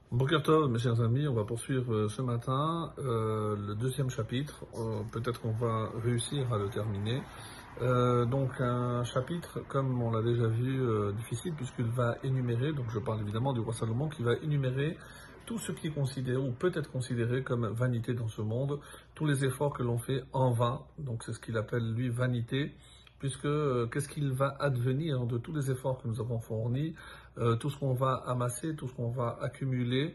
Boker Tov, mes chers amis, on va poursuivre ce matin le deuxième chapitre. Peut-être qu'on va réussir à le terminer. Donc un chapitre, comme on l'a déjà vu, difficile puisqu'il va énumérer, donc je parle évidemment du roi Salomon, qui va énumérer tout ce qui est considéré ou peut être considéré comme vanité dans ce monde, tous les efforts que l'on fait en vain, donc c'est ce qu'il appelle lui vanité, puisque qu'est-ce qu'il va advenir de tous les efforts que nous avons fournis, tout ce qu'on va amasser, tout ce qu'on va accumuler,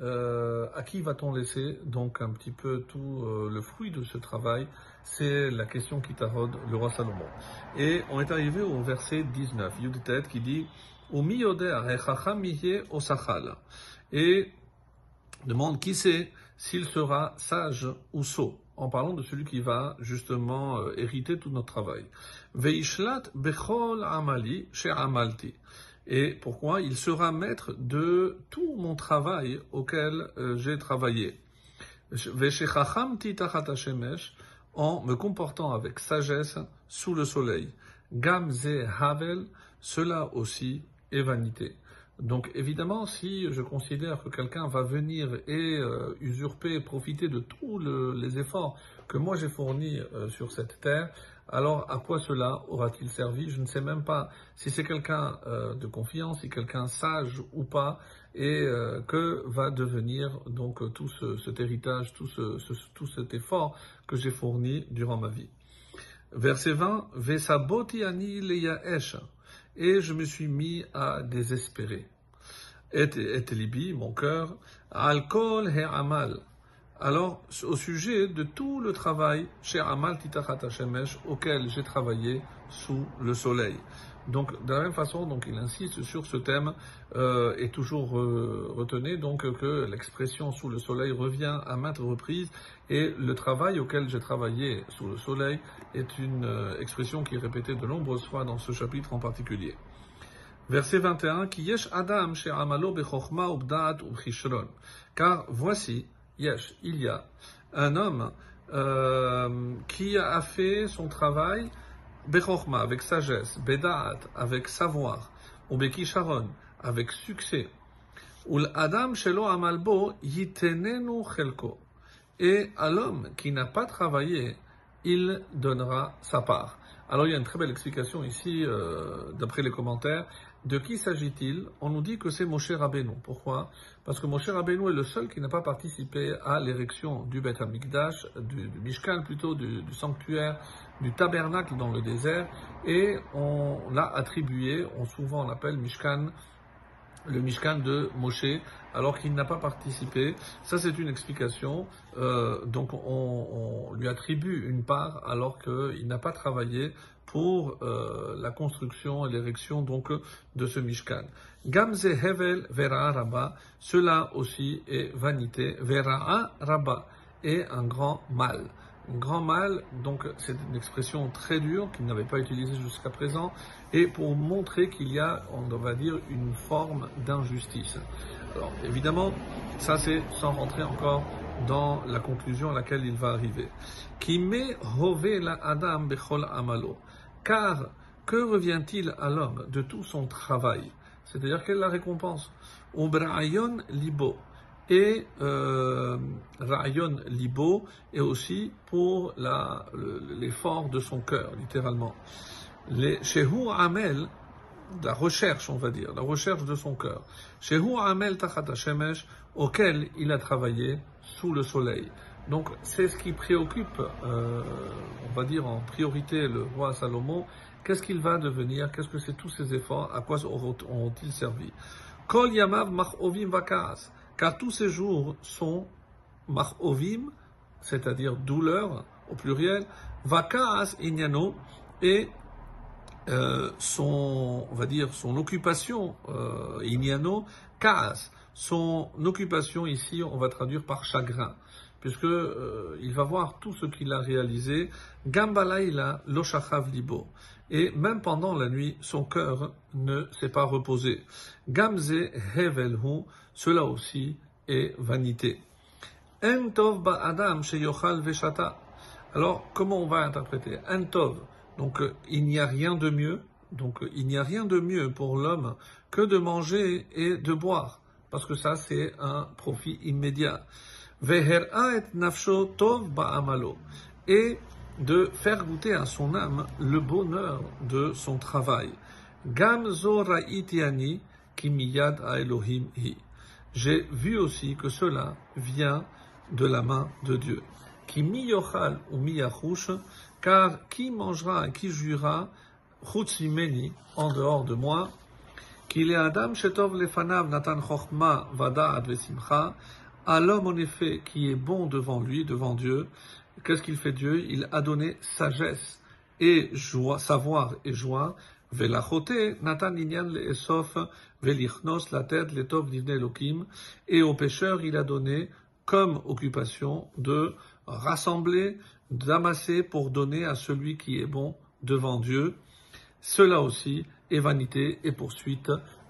à qui va-t-on laisser donc un petit peu tout le fruit de ce travail? C'est la question qui taraude le roi Salomon. Et on est arrivé au verset 19, Yud-Tet, qui dit Umi yoder hechacham mihe osachal. Et demande qui sait s'il sera sage ou sot, en parlant de celui qui va justement hériter tout notre travail. Veishlat bechol amali she'amalti. Et pourquoi? Il sera maître de tout mon travail auquel j'ai travaillé. Veshechachamti tachat hashemesh, en me comportant avec sagesse sous le soleil. Gamze havel, cela aussi est vanité. Donc évidemment, si je considère que quelqu'un va venir et usurper, profiter de tous les efforts que moi j'ai fournis sur cette terre, alors à quoi cela aura-t-il servi? Je ne sais même pas si c'est quelqu'un de confiance, si quelqu'un sage ou pas, et que va devenir donc tout cet héritage, tout cet effort que j'ai fourni durant ma vie. Verset 20, Vesaboti ani leyaesh, et je me suis mis à désespérer. Et libi, mon cœur, alkol he amal. Alors, au sujet de tout le travail, chez Amal Titachat Hashemesh, auquel j'ai travaillé sous le soleil. Donc, de la même façon, donc, il insiste sur ce thème, et toujours retenez donc que l'expression sous le soleil revient à maintes reprises, et le travail auquel j'ai travaillé sous le soleil est une expression qui est répétée de nombreuses fois dans ce chapitre en particulier. Verset 21, Ki yesh adam she'amalo bechokma ubda'at ubchishron. Car voici, yesh, il y a un homme qui a fait son travail bechokma, avec sagesse, beda'at, avec savoir, ou bekisharon, avec succès. Ul adam shelo amalbo yitenenu chelko. Et à l'homme qui n'a pas travaillé, il donnera sa part. Alors il y a une très belle explication ici, d'après les commentaires. De qui s'agit-il? On nous dit que c'est Moshe Rabbeinu. Pourquoi? Parce que Moshe Rabbeinu est le seul qui n'a pas participé à l'érection du Beth HaMikdash, du Mishkan plutôt, du sanctuaire, du tabernacle dans le désert, et on l'a attribué, souvent on l'appelle Mishkan, le Mishkan de Moshe, alors qu'il n'a pas participé. Ça, c'est une explication. Donc, on lui attribue une part, alors qu'il n'a pas travaillé pour la construction et l'érection donc de ce Mishkan. Gamze Hevel Vera'a Rabba, cela aussi est vanité. Vera'a Rabba est un grand mal. Un grand mal, donc c'est une expression très dure qu'il n'avait pas utilisée jusqu'à présent, et pour montrer qu'il y a, on va dire, une forme d'injustice. Alors évidemment, ça c'est sans rentrer encore dans la conclusion à laquelle il va arriver. Qui met hove la adam bechol amalo. Car que revient-il à l'homme de tout son travail? C'est-à-dire quelle est la récompense? Ubrayon libo. Et Rayon Libo, et aussi pour l'effort de son cœur, littéralement. Shehu Amel, la recherche, on va dire, la recherche de son cœur. Shehu Amel Tachat Hashemesh, auquel il a travaillé sous le soleil. Donc c'est ce qui préoccupe, on va dire en priorité, le roi Salomon. Qu'est-ce qu'il va devenir? Qu'est-ce que c'est tous ces efforts? À quoi auront-ils servi? Kol Yamav Machovim Vakas. Car tous ces jours sont machovim, c'est-à-dire douleur au pluriel, vakas inyano, et on va dire son occupation, inyano, kaas, son occupation ici, on va traduire par chagrin, puisque il va voir tout ce qu'il a réalisé, gambalaïla loshachav libo, et même pendant la nuit, son cœur ne s'est pas reposé. Gamze hevelhu, cela aussi est vanité. En tov ba adam sheyochal veshata. Alors, comment on va interpréter? En tov, donc il n'y a rien de mieux, donc il n'y a rien de mieux pour l'homme que de manger et de boire. parce que ça c'est un profit immédiat. Veher'a et nafsho tov ba'amalo, et de faire goûter à son âme le bonheur de son travail. Gam zo ra'iti ani ki miyad ha'elohim hi. J'ai vu aussi que cela vient de la main de Dieu. Ki mi yochal ou mi yachush, car qui mangera et qui jouira chutz mimeni, en dehors de moi, ki le adam shetov lefanav natan chochma vada'at vesimcha, à l'homme en effet qui est bon devant lui, devant Dieu. Qu'est-ce qu'il fait Dieu? Il a donné sagesse et joie, savoir et joie. Velachote natan inyan leesof velichnos la tête letov livne elokim. Et aux pécheurs il a donné comme occupation de rassembler, d'amasser pour donner à celui qui est bon devant Dieu. Cela aussi est vanité et poursuite